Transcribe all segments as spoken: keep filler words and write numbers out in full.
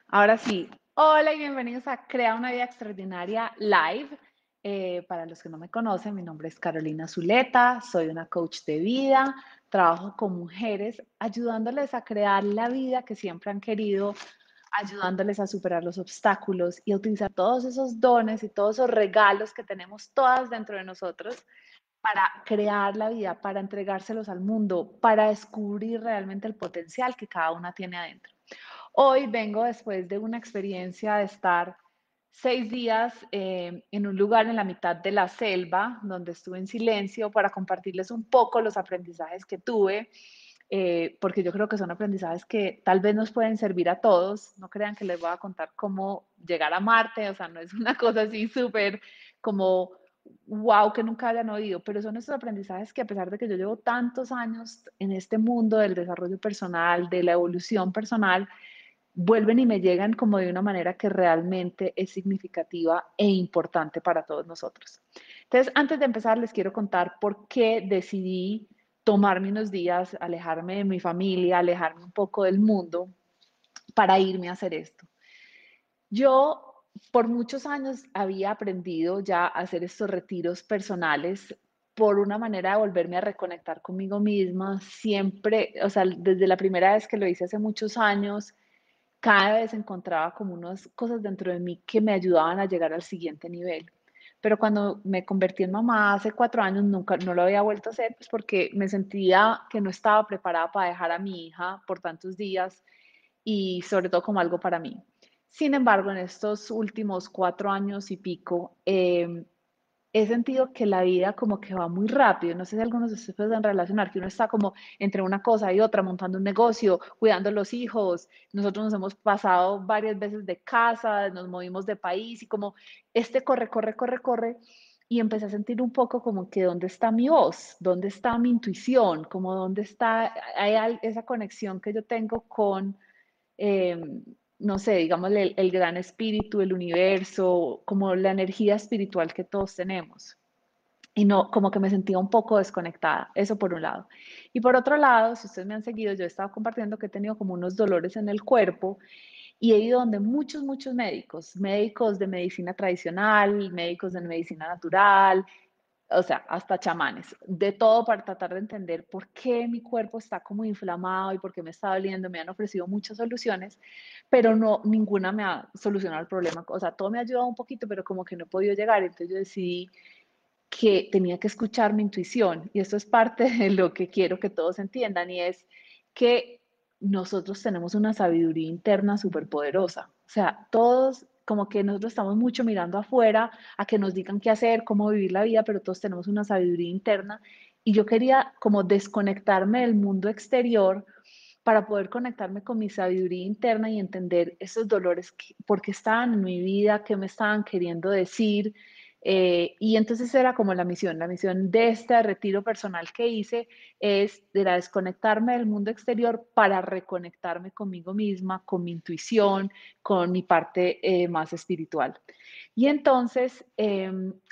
Ahora sí, hola y bienvenidos a Crea una vida extraordinaria live. Eh, para los que no me conocen, mi nombre es Carolina Zuleta, soy una coach de vida, trabajo con mujeres ayudándoles a crear la vida que siempre han querido, ayudándoles a superar los obstáculos y a utilizar todos esos dones y todos esos regalos que tenemos todas dentro de nosotros para crear la vida, para entregárselos al mundo, para descubrir realmente el potencial que cada una tiene adentro. Hoy vengo después de una experiencia de estar seis días eh, en un lugar en la mitad de la selva, donde estuve en silencio para compartirles un poco los aprendizajes que tuve, eh, porque yo creo que son aprendizajes que tal vez nos pueden servir a todos. No crean que les voy a contar cómo llegar a Marte, o sea, no es una cosa así súper como wow que nunca hayan oído, pero son estos aprendizajes que a pesar de que yo llevo tantos años en este mundo del desarrollo personal, de la evolución personal, vuelven y me llegan como de una manera que realmente es significativa e importante para todos nosotros. Entonces, antes de empezar, les quiero contar por qué decidí tomarme unos días, alejarme de mi familia, alejarme un poco del mundo para irme a hacer esto. Yo por muchos años había aprendido ya a hacer estos retiros personales por una manera de volverme a reconectar conmigo misma. Siempre, o sea, desde la primera vez que lo hice hace muchos años, cada vez encontraba como unas cosas dentro de mí que me ayudaban a llegar al siguiente nivel. Pero cuando me convertí en mamá hace cuatro años, nunca, no lo había vuelto a hacer, pues porque me sentía que no estaba preparada para dejar a mi hija por tantos días y sobre todo como algo para mí. Sin embargo, en estos últimos cuatro años y pico, eh, he sentido que la vida como que va muy rápido. No sé si algunos de ustedes pueden relacionar que uno está como entre una cosa y otra, montando un negocio, cuidando a los hijos. Nosotros nos hemos pasado varias veces de casa, nos movimos de país y como este corre, corre, corre, corre. Y empecé a sentir un poco como que dónde está mi voz, dónde está mi intuición, como dónde está hay esa conexión que yo tengo con eh, no sé, digamos, el, el gran espíritu, el universo, como la energía espiritual que todos tenemos. Y no, como que me sentía un poco desconectada, eso por un lado. Y por otro lado, si ustedes me han seguido, yo he estado compartiendo que he tenido como unos dolores en el cuerpo y he ido donde muchos, muchos médicos, médicos de medicina tradicional, médicos de medicina natural, o sea, hasta chamanes, de todo para tratar de entender por qué mi cuerpo está como inflamado y por qué me está doliendo. Me han ofrecido muchas soluciones, pero no, ninguna me ha solucionado el problema. O sea, todo me ha ayudado un poquito, pero como que no he podido llegar. Entonces yo decidí que tenía que escuchar mi intuición y esto es parte de lo que quiero que todos entiendan y es que nosotros tenemos una sabiduría interna súper poderosa. O sea, todos como que nosotros estamos mucho mirando afuera a que nos digan qué hacer, cómo vivir la vida, pero todos tenemos una sabiduría interna y yo quería como desconectarme del mundo exterior para poder conectarme con mi sabiduría interna y entender esos dolores, que, por qué estaban en mi vida, qué me estaban queriendo decir. Eh, y entonces era como la misión, la misión de este retiro personal que hice es de la desconectarme del mundo exterior para reconectarme conmigo misma, con mi intuición, con mi parte eh, más espiritual. Y entonces, eh,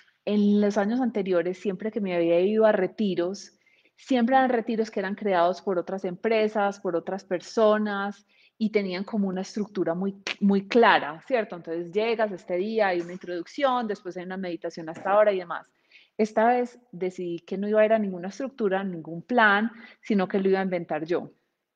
en los años anteriores, siempre que me había ido a retiros, siempre eran retiros que eran creados por otras empresas, por otras personas y tenían como una estructura muy, muy clara, ¿cierto? Entonces llegas este día, hay una introducción, después hay una meditación hasta ahora y demás. Esta vez decidí que no iba a ir a ninguna estructura, ningún plan, sino que lo iba a inventar yo.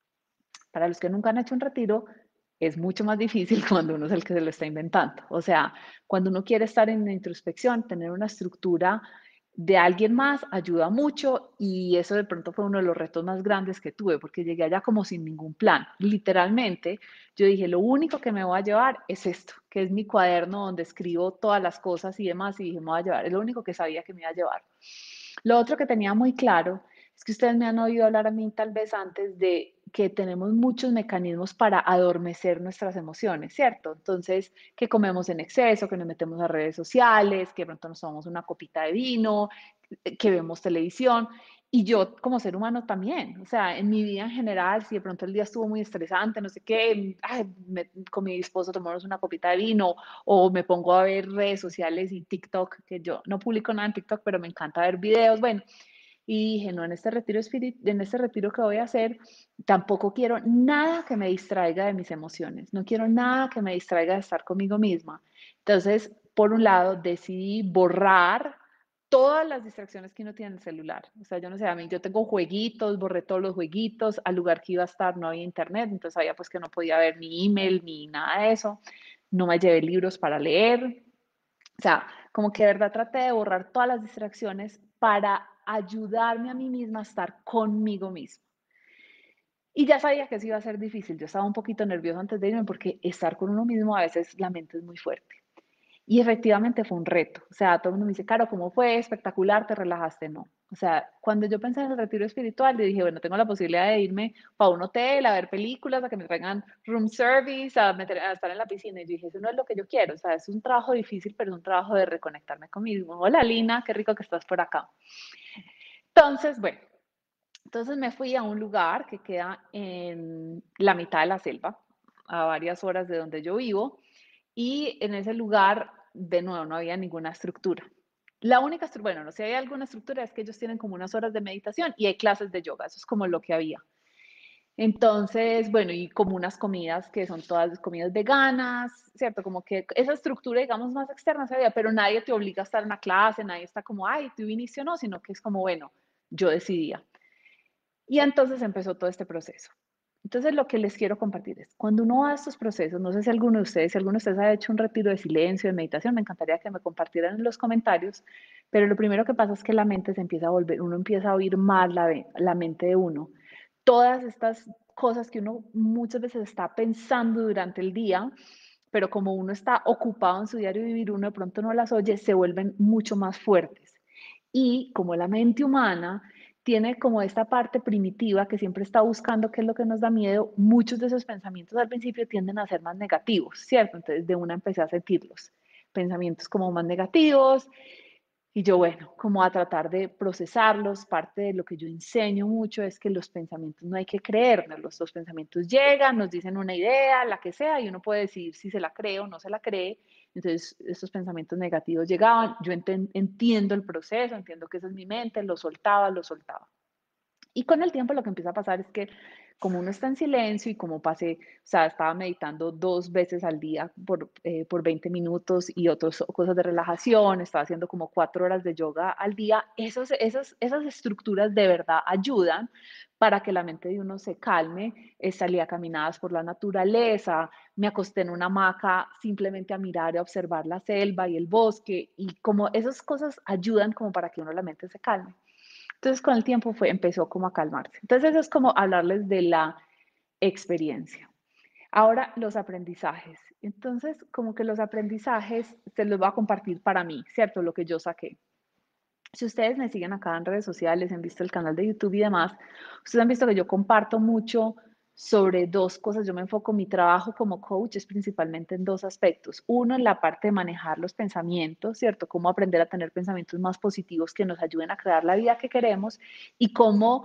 Para los que nunca han hecho un retiro, es mucho más difícil cuando uno es el que se lo está inventando. O sea, cuando uno quiere estar en la introspección, tener una estructura de alguien más ayuda mucho y eso de pronto fue uno de los retos más grandes que tuve porque llegué allá como sin ningún plan. Literalmente, yo dije, lo único que me voy a llevar es esto, que es mi cuaderno donde escribo todas las cosas y demás y dije, me voy a llevar, es lo único que sabía que me iba a llevar. Lo otro que tenía muy claro es que ustedes me han oído hablar a mí tal vez antes de que tenemos muchos mecanismos para adormecer nuestras emociones, ¿cierto? Entonces, que comemos en exceso, que nos metemos a redes sociales, que de pronto nos tomamos una copita de vino, que vemos televisión. Y yo como ser humano también, o sea, en mi vida en general, si de pronto el día estuvo muy estresante, no sé qué, ay, me, con mi esposo tomamos una copita de vino o me pongo a ver redes sociales y TikTok, que yo no publico nada en TikTok, pero me encanta ver videos, bueno, y dije, no, en este retiro espiri en este retiro que voy a hacer, tampoco quiero nada que me distraiga de mis emociones, no quiero nada que me distraiga de estar conmigo misma. Entonces, por un lado, decidí borrar todas las distracciones que uno tiene en el celular. O sea, yo no sé, a mí yo tengo jueguitos, borré todos los jueguitos, al lugar que iba a estar no había internet, entonces sabía pues que no podía ver ni email ni nada de eso. No me llevé libros para leer. O sea, como que de verdad traté de borrar todas las distracciones para ayudarme a mí misma a estar conmigo misma. Y ya sabía que eso iba a ser difícil. Yo estaba un poquito nerviosa antes de irme porque estar con uno mismo a veces la mente es muy fuerte. Y efectivamente fue un reto. O sea, todo el mundo me dice, Caro, ¿cómo fue? Espectacular, ¿te relajaste? No. O sea, cuando yo pensé en el retiro espiritual, yo dije, bueno, tengo la posibilidad de irme para un hotel, a ver películas, a que me traigan room service, a, meter, a estar en la piscina. Y yo dije, eso no es lo que yo quiero. O sea, es un trabajo difícil, pero es un trabajo de reconectarme conmigo. Hola, Lina, qué rico que estás por acá. Entonces, bueno, entonces me fui a un lugar que queda en la mitad de la selva, a varias horas de donde yo vivo, y en ese lugar, de nuevo, no había ninguna estructura. La única estructura, bueno, no sé si hay alguna estructura, es que ellos tienen como unas horas de meditación y hay clases de yoga, eso es como lo que había. Entonces, bueno, y como unas comidas que son todas comidas veganas, ¿cierto? Como que esa estructura, digamos, más externa se había, pero nadie te obliga a estar en una clase, nadie está como, ay, tú viniste o no, sino que es como, bueno, yo decidía. Y entonces empezó todo este proceso. Entonces, lo que les quiero compartir es, cuando uno va a estos procesos, no sé si alguno de ustedes, si alguno de ustedes ha hecho un retiro de silencio, de meditación, me encantaría que me compartieran en los comentarios, pero lo primero que pasa es que la mente se empieza a volver, uno empieza a oír más la, la mente de uno. Todas estas cosas que uno muchas veces está pensando durante el día, pero como uno está ocupado en su diario vivir, uno de pronto no las oye, se vuelven mucho más fuertes. Y como la mente humana tiene como esta parte primitiva que siempre está buscando qué es lo que nos da miedo, muchos de esos pensamientos al principio tienden a ser más negativos, ¿cierto? Entonces de una empecé a sentirlos, pensamientos como más negativos, y yo, bueno, como a tratar de procesarlos, parte de lo que yo enseño mucho es que los pensamientos no hay que creérnoslos, los pensamientos llegan, nos dicen una idea, la que sea, y uno puede decidir si se la cree o no se la cree. Entonces, estos pensamientos negativos llegaban, yo enten entiendo el proceso, entiendo que esa es mi mente, lo soltaba, lo soltaba. Y con el tiempo lo que empieza a pasar es que como uno está en silencio y como pasé, o sea, estaba meditando dos veces al día por, eh, por veinte minutos y otras cosas de relajación, estaba haciendo como cuatro horas de yoga al día, esos, esas, esas estructuras de verdad ayudan para que la mente de uno se calme, eh, salí a caminadas por la naturaleza, me acosté en una hamaca simplemente a mirar y a observar la selva y el bosque, y como esas cosas ayudan como para que uno la mente se calme. Entonces, con el tiempo fue, empezó como a calmarse. Entonces, eso es como hablarles de la experiencia. Ahora, los aprendizajes. Entonces, como que los aprendizajes se los voy a compartir para mí, ¿cierto? Lo que yo saqué. Si ustedes me siguen acá en redes sociales, han visto el canal de YouTube y demás, ustedes han visto que yo comparto mucho sobre dos cosas. Yo me enfoco, mi trabajo como coach es principalmente en dos aspectos. Uno, en la parte de manejar los pensamientos, ¿cierto? Cómo aprender a tener pensamientos más positivos que nos ayuden a crear la vida que queremos y cómo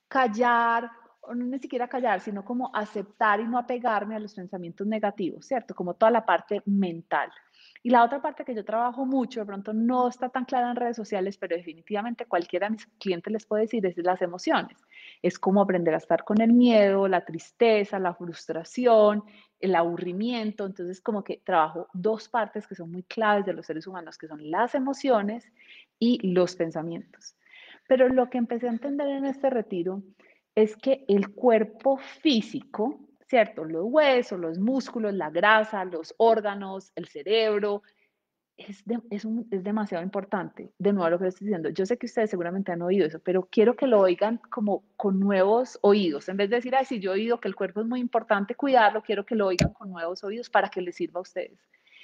callar, o no ni siquiera callar, sino como aceptar y no apegarme a los pensamientos negativos, ¿cierto? Como toda la parte mental. Y la otra parte que yo trabajo mucho, de pronto no está tan clara en redes sociales, pero definitivamente cualquiera de mis clientes les puede decir, es las emociones. Es como aprender a estar con el miedo, la tristeza, la frustración, el aburrimiento. Entonces, como que trabajo dos partes que son muy claves de los seres humanos, que son las emociones y los pensamientos. Pero lo que empecé a entender en este retiro es que el cuerpo físico, ¿cierto? Los huesos, los músculos, la grasa, los órganos, el cerebro, es, de, es, un, es demasiado importante. De nuevo lo que les estoy diciendo, yo sé que ustedes seguramente han oído eso, pero quiero que lo oigan como con nuevos oídos. En vez de decir, ay, si yo he oído que el cuerpo es muy importante cuidarlo, quiero que lo oigan con nuevos oídos para que les sirva a ustedes.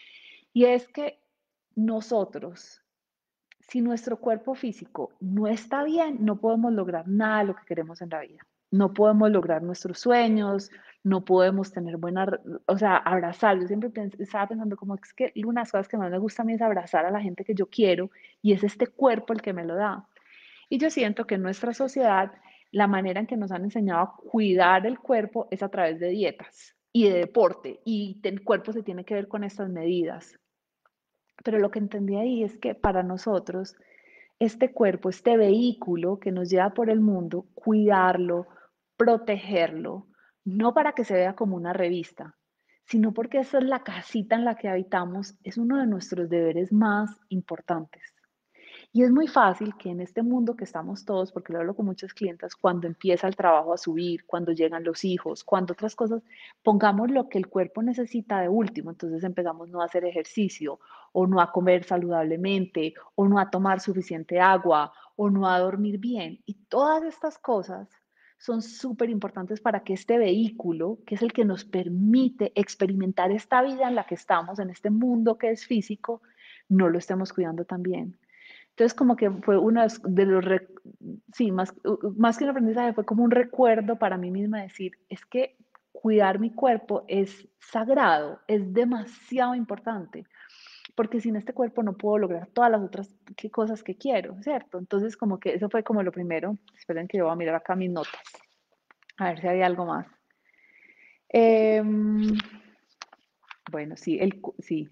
Y es que nosotros, si nuestro cuerpo físico no está bien, no podemos lograr nada de lo que queremos en la vida. No podemos lograr nuestros sueños, no podemos tener buena, o sea, abrazar. Yo siempre pens estaba pensando como es que una de las cosas que más me gusta a mí es abrazar a la gente que yo quiero y es este cuerpo el que me lo da. Y yo siento que en nuestra sociedad la manera en que nos han enseñado a cuidar el cuerpo es a través de dietas y de deporte y el cuerpo se tiene que ver con estas medidas. Pero lo que entendí ahí es que para nosotros este cuerpo, este vehículo que nos lleva por el mundo, cuidarlo, protegerlo, no para que se vea como una revista, sino porque esa es la casita en la que habitamos, es uno de nuestros deberes más importantes. Y es muy fácil que en este mundo que estamos todos, porque lo hablo con muchas clientas, cuando empieza el trabajo a subir, cuando llegan los hijos, cuando otras cosas, pongamos lo que el cuerpo necesita de último. Entonces empezamos no a hacer ejercicio, o no a comer saludablemente, o no a tomar suficiente agua, o no a dormir bien. Y todas estas cosas son súper importantes para que este vehículo, que es el que nos permite experimentar esta vida en la que estamos, en este mundo que es físico, no lo estemos cuidando tan bien. Entonces, como que fue uno de los, re- sí, más, más que un aprendizaje, fue como un recuerdo para mí misma decir, es que cuidar mi cuerpo es sagrado, es demasiado importante, porque sin este cuerpo no puedo lograr todas las otras que- cosas que quiero, ¿cierto? Entonces, como que eso fue como lo primero. Esperen que yo voy a mirar acá mis notas, a ver si hay algo más. Em, bueno, sí, el, cu- sí,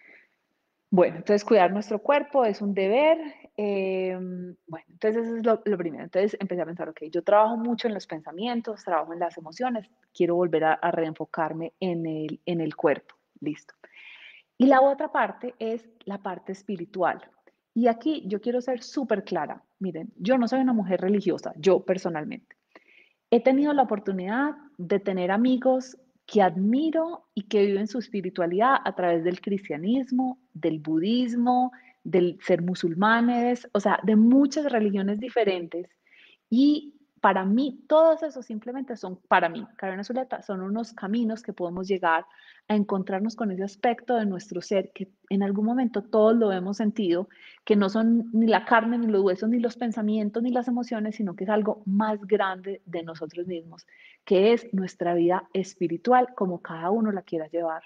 bueno, entonces cuidar nuestro cuerpo es un deber. eh, bueno, entonces eso es lo, lo primero. Entonces empecé a pensar, ok, yo trabajo mucho en los pensamientos, trabajo en las emociones, quiero volver a, a reenfocarme en el, en el cuerpo. Listo. Y la otra parte es la parte espiritual. Y aquí yo quiero ser súper clara. Miren, yo no soy una mujer religiosa, yo personalmente. He tenido la oportunidad de tener amigos que admiro y que viven su espiritualidad a través del cristianismo, del budismo, del ser musulmanes, o sea, de muchas religiones diferentes. Y para mí, todos esos simplemente son, para mí, Carolina Zuleta, son unos caminos que podemos llegar a encontrarnos con ese aspecto de nuestro ser que en algún momento todos lo hemos sentido, que no son ni la carne, ni los huesos, ni los pensamientos, ni las emociones, sino que es algo más grande de nosotros mismos, que es nuestra vida espiritual, como cada uno la quiera llevar.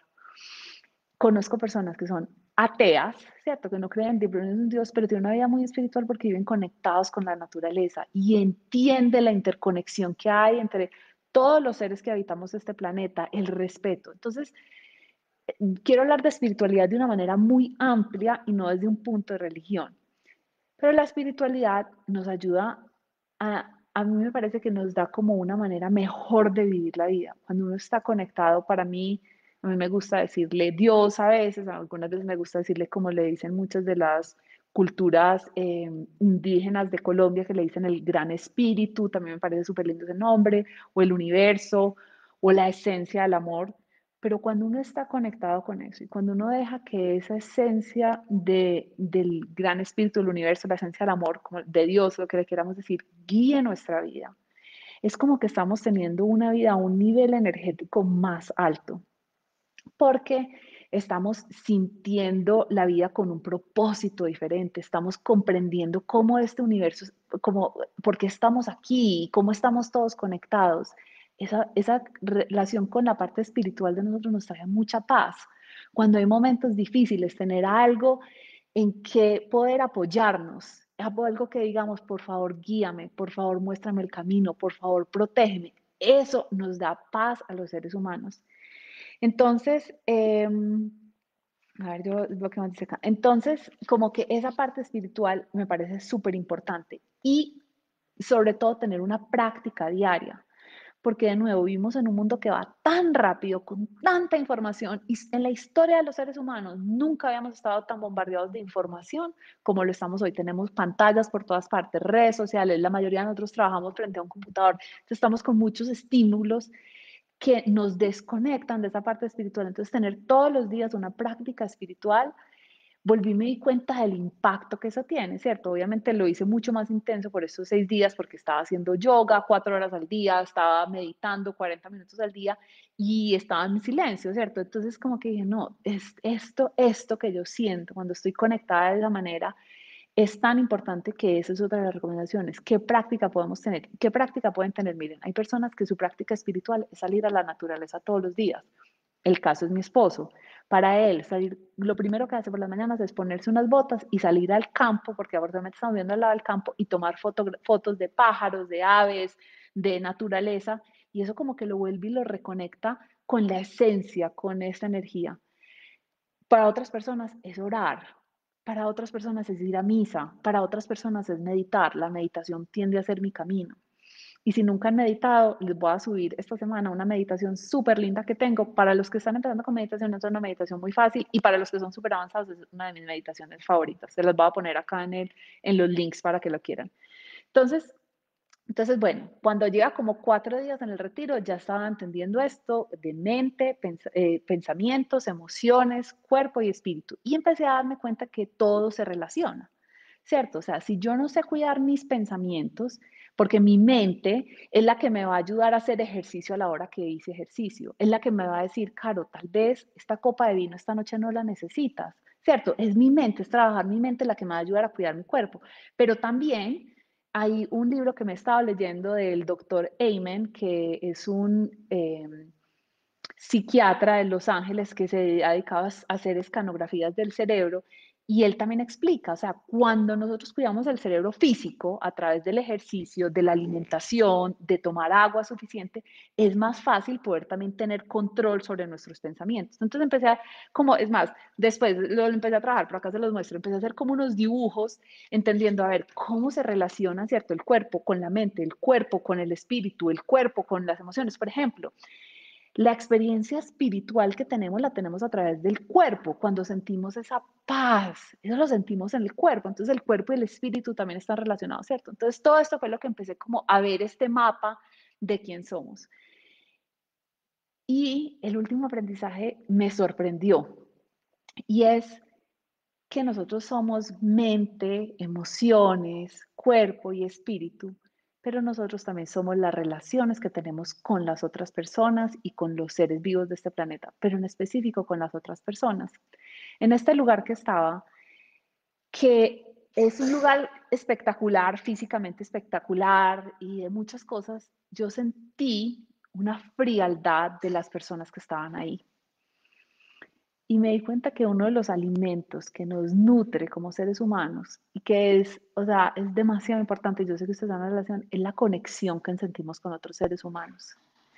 Conozco personas que son ateas, ¿cierto? Que no creen en un Dios, pero tienen una vida muy espiritual porque viven conectados con la naturaleza y entienden la interconexión que hay entre todos los seres que habitamos este planeta, el respeto. Entonces, quiero hablar de espiritualidad de una manera muy amplia y no desde un punto de religión. Pero la espiritualidad nos ayuda a, a mí me parece que nos da como una manera mejor de vivir la vida. Cuando uno está conectado, para mí, a mí me gusta decirle Dios a veces, algunas veces me gusta decirle como le dicen muchas de las culturas eh, indígenas de Colombia, que le dicen el gran espíritu, también me parece súper lindo ese nombre, o el universo, o la esencia del amor. Pero cuando uno está conectado con eso y cuando uno deja que esa esencia de, del gran espíritu del universo, la esencia del amor, como de Dios, lo que le queramos decir, guíe nuestra vida, es como que estamos teniendo una vida a un nivel energético más alto, porque estamos sintiendo la vida con un propósito diferente, estamos comprendiendo cómo este universo, cómo, por qué estamos aquí, cómo estamos todos conectados. Esa, esa relación con la parte espiritual de nosotros nos trae mucha paz. Cuando hay momentos difíciles, tener algo en que poder apoyarnos, algo que digamos, por favor, guíame, por favor, muéstrame el camino, por favor, protégeme. Eso nos da paz a los seres humanos. Entonces, eh, a ver, yo lo que más dice acá. Entonces, como que esa parte espiritual me parece súper importante y sobre todo tener una práctica diaria, porque de nuevo vivimos en un mundo que va tan rápido, con tanta información y en la historia de los seres humanos nunca habíamos estado tan bombardeados de información como lo estamos hoy. Tenemos pantallas por todas partes, redes sociales, la mayoría de nosotros trabajamos frente a un computador, entonces estamos con muchos estímulos que nos desconectan de esa parte espiritual. Entonces, tener todos los días una práctica espiritual, volví y me di cuenta del impacto que eso tiene, ¿cierto? Obviamente lo hice mucho más intenso por estos seis días porque estaba haciendo yoga cuatro horas al día, estaba meditando cuarenta minutos al día y estaba en silencio, ¿cierto? Entonces como que dije, no, es esto, esto que yo siento cuando estoy conectada de esa manera es tan importante que esa es otra de las recomendaciones. ¿Qué práctica podemos tener? ¿Qué práctica pueden tener? Miren, hay personas que su práctica espiritual es salir a la naturaleza todos los días. El caso es mi esposo. Para él, salir, lo primero que hace por las mañanas es ponerse unas botas y salir al campo, porque afortunadamente estamos viendo al lado del campo, y tomar foto, fotos de pájaros, de aves, de naturaleza, y eso como que lo vuelve y lo reconecta con la esencia, con esta energía. Para otras personas es orar. para otras personas es ir a misa, para otras personas es meditar. La meditación tiende a ser mi camino. Y si nunca han meditado, les voy a subir esta semana una meditación súper linda que tengo. Para los que están empezando con meditación, es una meditación muy fácil y para los que son súper avanzados, es una de mis meditaciones favoritas. Se las voy a poner acá en, el, en los links para que lo quieran. Entonces, entonces, bueno, cuando lleva como cuatro días en el retiro, ya estaba entendiendo esto de mente, pens eh, pensamientos, emociones, cuerpo y espíritu. Y empecé a darme cuenta que todo se relaciona, ¿cierto? O sea, si yo no sé cuidar mis pensamientos, porque mi mente es la que me va a ayudar a hacer ejercicio a la hora que hice ejercicio, es la que me va a decir, Caro, tal vez esta copa de vino esta noche no la necesitas, ¿cierto? Es mi mente, es trabajar mi mente la que me va a ayudar a cuidar mi cuerpo, pero también hay un libro que me estaba leyendo del doctor Amen, que es un eh, psiquiatra de Los Ángeles que se ha dedicado a hacer escanografías del cerebro y él también explica, o sea, cuando nosotros cuidamos el cerebro físico a través del ejercicio, de la alimentación, de tomar agua suficiente, es más fácil poder también tener control sobre nuestros pensamientos. Entonces empecé a, como, es más, después lo empecé a trabajar, por acá se los muestro, empecé a hacer como unos dibujos, entendiendo, a ver, cómo se relaciona, ¿cierto? El cuerpo con la mente, el cuerpo con el espíritu, el cuerpo con las emociones, por ejemplo. La experiencia espiritual que tenemos la tenemos a través del cuerpo, cuando sentimos esa paz, eso lo sentimos en el cuerpo, entonces el cuerpo y el espíritu también están relacionados, ¿cierto? Entonces todo esto fue lo que empecé como a ver este mapa de quién somos. Y el último aprendizaje me sorprendió y es que nosotros somos mente, emociones, cuerpo y espíritu, pero nosotros también somos las relaciones que tenemos con las otras personas y con los seres vivos de este planeta, pero en específico con las otras personas. En este lugar que estaba, que es un lugar espectacular, físicamente espectacular y de muchas cosas, yo sentí una frialdad de las personas que estaban ahí. Y me di cuenta que uno de los alimentos que nos nutre como seres humanos y que es, o sea, es demasiado importante, yo sé que ustedes dan una relación, es la conexión que sentimos con otros seres humanos.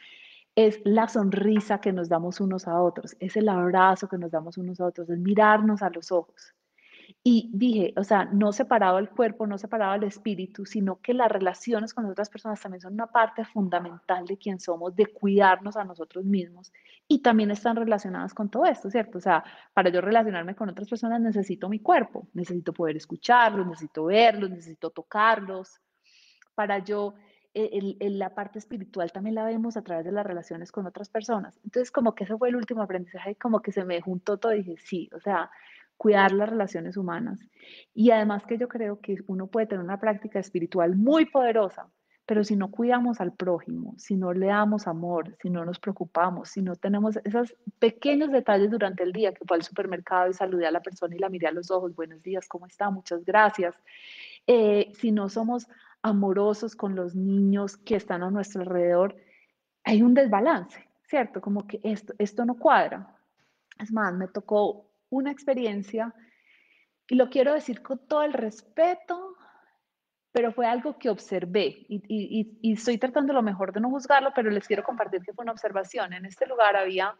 Es la sonrisa que nos damos unos a otros, es el abrazo que nos damos unos a otros, es mirarnos a los ojos. Y dije, o sea, no separado el cuerpo, no separado el espíritu, sino que las relaciones con otras personas también son una parte fundamental de quién somos, de cuidarnos a nosotros mismos y también están relacionadas con todo esto, ¿cierto? O sea, para yo relacionarme con otras personas necesito mi cuerpo, necesito poder escucharlos, necesito verlos, necesito tocarlos. Para yo, eh, el, el, la parte espiritual también la vemos a través de las relaciones con otras personas. Entonces, como que ese fue el último aprendizaje, como que se me juntó todo y dije, sí, o sea, cuidar las relaciones humanas. Y además que yo creo que uno puede tener una práctica espiritual muy poderosa, pero si no cuidamos al prójimo, si no le damos amor, si no nos preocupamos, si no tenemos esos pequeños detalles durante el día, que fue al supermercado y saludé a la persona y la miré a los ojos, buenos días, ¿cómo está? Muchas gracias. Eh, si no somos amorosos con los niños que están a nuestro alrededor, hay un desbalance, ¿cierto? Como que esto, esto no cuadra. Es más, me tocó una experiencia y lo quiero decir con todo el respeto, pero fue algo que observé y, y, y, estoy tratando lo mejor de no juzgarlo, pero les quiero compartir que fue una observación. En este lugar había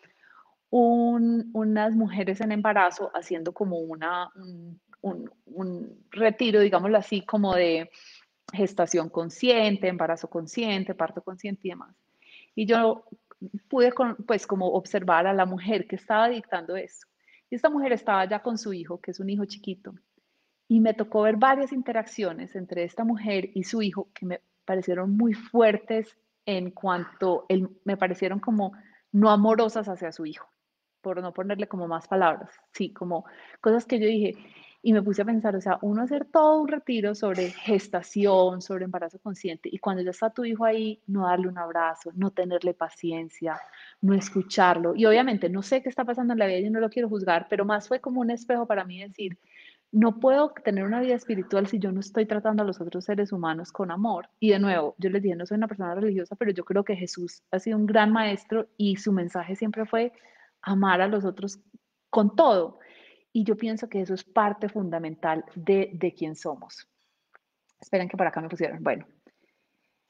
un, unas mujeres en embarazo haciendo como una, un, un, un retiro, digámoslo así, como de gestación consciente, embarazo consciente, parto consciente y demás. Y yo pude, con, pues, como observar a la mujer que estaba dictando eso. Y esta mujer estaba ya con su hijo, que es un hijo chiquito. Y me tocó ver varias interacciones entre esta mujer y su hijo que me parecieron muy fuertes en cuanto, él, me parecieron como no amorosas hacia su hijo, por no ponerle como más palabras, sí, como cosas que yo dije, y me puse a pensar, o sea, uno hacer todo un retiro sobre gestación, sobre embarazo consciente, y cuando ya está tu hijo ahí, no darle un abrazo, no tenerle paciencia, no escucharlo, y obviamente no sé qué está pasando en la vida, yo no lo quiero juzgar, pero más fue como un espejo para mí decir, no puedo tener una vida espiritual si yo no estoy tratando a los otros seres humanos con amor. Y de nuevo, yo les dije, no soy una persona religiosa, pero yo creo que Jesús ha sido un gran maestro y su mensaje siempre fue amar a los otros con todo. Y yo pienso que eso es parte fundamental de, de quién somos. Esperen que por acá me pusieron. Bueno,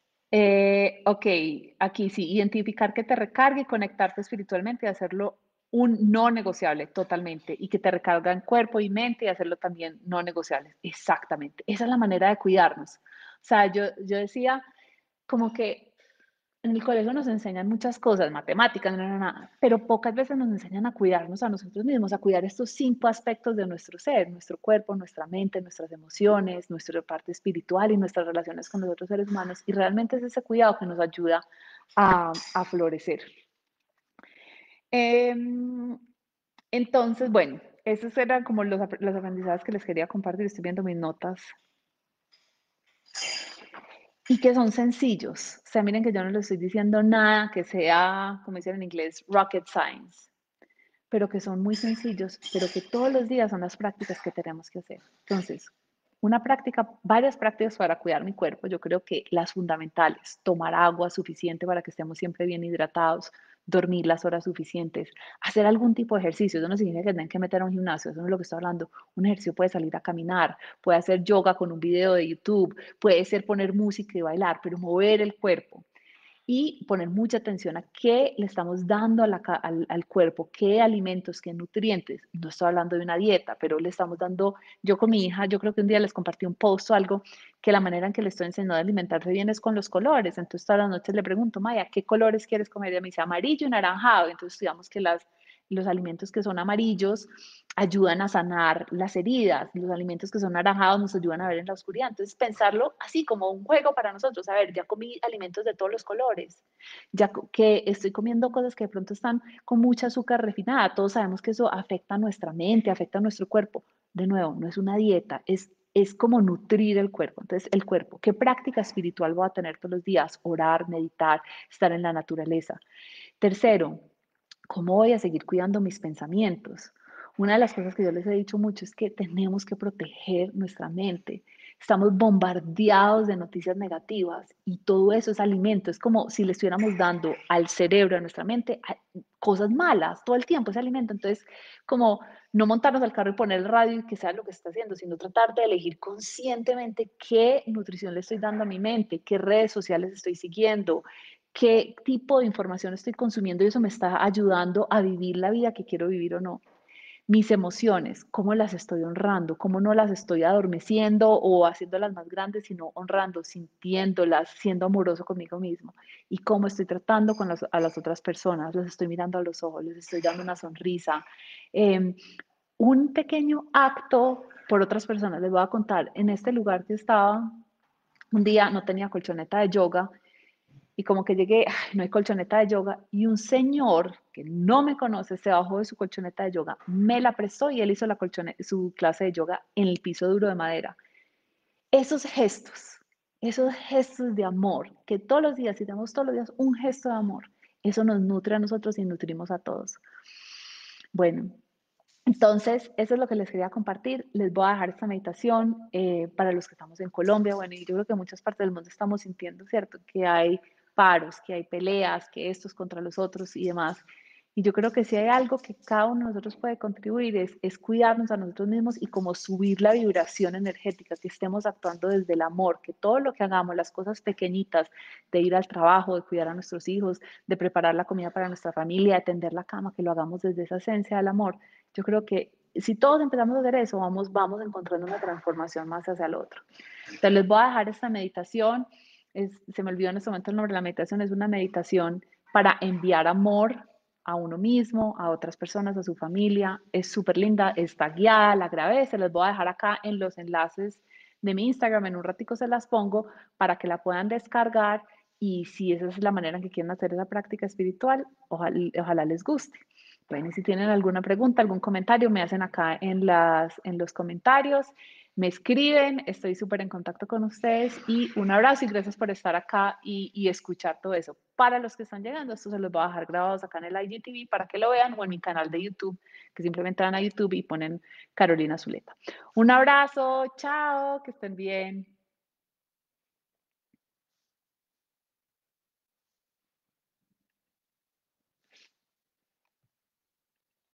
eh, ok, aquí sí, identificar que te recargue, conectarte espiritualmente y hacerlo un no negociable totalmente y que te recarga en cuerpo y mente y hacerlo también no negociable. Exactamente. Esa es la manera de cuidarnos. O sea, yo, yo decía como que en el colegio nos enseñan muchas cosas, matemáticas, no, no, no, pero pocas veces nos enseñan a cuidarnos a nosotros mismos, a cuidar estos cinco aspectos de nuestro ser, nuestro cuerpo, nuestra mente, nuestras emociones, nuestra parte espiritual y nuestras relaciones con los otros seres humanos. Y realmente es ese cuidado que nos ayuda a, a florecer. Eh, entonces, bueno, esos eran como los, los aprendizajes que les quería compartir. Estoy viendo mis notas. Y que son sencillos. O sea, miren que yo no les estoy diciendo nada que sea, como dicen en inglés, rocket science, pero que son muy sencillos, pero que todos los días son las prácticas que tenemos que hacer. Entonces, una práctica, varias prácticas para cuidar mi cuerpo. Yo creo que las fundamentales, tomar agua suficiente para que estemos siempre bien hidratados, dormir las horas suficientes, hacer algún tipo de ejercicio. Eso no significa que tengan que meter a un gimnasio, eso no es lo que estoy hablando. Un ejercicio puede salir a caminar, puede hacer yoga con un video de YouTube, puede ser poner música y bailar, pero mover el cuerpo y poner mucha atención a qué le estamos dando a la, al, al, cuerpo, qué alimentos, qué nutrientes. No estoy hablando de una dieta, pero le estamos dando, yo con mi hija, yo creo que un día les compartí un post o algo, que la manera en que le estoy enseñando a alimentarse bien es con los colores. Entonces todas las noches le pregunto, Maya, ¿qué colores quieres comer? Y ella me dice amarillo y naranjado. Entonces digamos que las, los alimentos que son amarillos ayudan a sanar las heridas, los alimentos que son naranjados nos ayudan a ver en la oscuridad. Entonces, pensarlo así como un juego para nosotros, a ver, ya comí alimentos de todos los colores, ya que estoy comiendo cosas que de pronto están con mucha azúcar refinada, todos sabemos que eso afecta a nuestra mente, afecta a nuestro cuerpo. De nuevo, no es una dieta, es, es como nutrir el cuerpo. Entonces, el cuerpo, ¿qué práctica espiritual voy a tener todos los días? Orar, meditar, estar en la naturaleza. Tercero, ¿cómo voy a seguir cuidando mis pensamientos? Una de las cosas que yo les he dicho mucho es que tenemos que proteger nuestra mente. Estamos bombardeados de noticias negativas y todo eso es alimento. Es como si le estuviéramos dando al cerebro, a nuestra mente, cosas malas todo el tiempo, ese alimento. Entonces, como no montarnos al carro y poner el radio y que sea lo que se está haciendo, sino tratar de elegir conscientemente qué nutrición le estoy dando a mi mente, qué redes sociales estoy siguiendo, qué tipo de información estoy consumiendo y eso me está ayudando a vivir la vida que quiero vivir o no. Mis emociones, cómo las estoy honrando, cómo no las estoy adormeciendo o haciéndolas más grandes, sino honrando, sintiéndolas, siendo amoroso conmigo mismo. Y cómo estoy tratando con las, a las otras personas, los estoy mirando a los ojos, les estoy dando una sonrisa. Eh, un pequeño acto por otras personas, les voy a contar, en este lugar que estaba, un día no tenía colchoneta de yoga y como que llegué, ay, no hay colchoneta de yoga, y un señor que no me conoce se bajó de su colchoneta de yoga, me la prestó y él hizo la colchoneta, su clase de yoga en el piso duro de madera. Esos gestos, esos gestos de amor, que todos los días, si tenemos todos los días un gesto de amor, eso nos nutre a nosotros y nutrimos a todos. Bueno, entonces, eso es lo que les quería compartir. Les voy a dejar esta meditación eh, para los que estamos en Colombia. Bueno, y yo creo que en muchas partes del mundo estamos sintiendo, ¿cierto? Que hay paros, que hay peleas, que estos contra los otros y demás. Y yo creo que si hay algo que cada uno de nosotros puede contribuir es, es cuidarnos a nosotros mismos y como subir la vibración energética, que estemos actuando desde el amor, que todo lo que hagamos, las cosas pequeñitas de ir al trabajo, de cuidar a nuestros hijos, de preparar la comida para nuestra familia, de tender la cama, que lo hagamos desde esa esencia del amor. Yo creo que si todos empezamos a hacer eso, vamos, vamos encontrando una transformación más hacia el otro. Entonces les voy a dejar esta meditación. Es, se me olvidó en este momento el nombre de la meditación. Es una meditación para enviar amor a uno mismo, a otras personas, a su familia. Es súper linda, está guiada, la grabé. Se les voy a dejar acá en los enlaces de mi Instagram. En un ratico se las pongo para que la puedan descargar y si esa es la manera en que quieren hacer esa práctica espiritual, ojalá, ojalá les guste. Bueno, y si tienen alguna pregunta, algún comentario, me hacen acá en, las, en los comentarios, me escriben, estoy súper en contacto con ustedes y un abrazo y gracias por estar acá y, y escuchar todo eso. Para los que están llegando, esto se los voy a dejar grabados acá en el I G T V para que lo vean o en mi canal de YouTube, que simplemente van a YouTube y ponen Carolina Zuleta. Un abrazo, chao, que estén bien.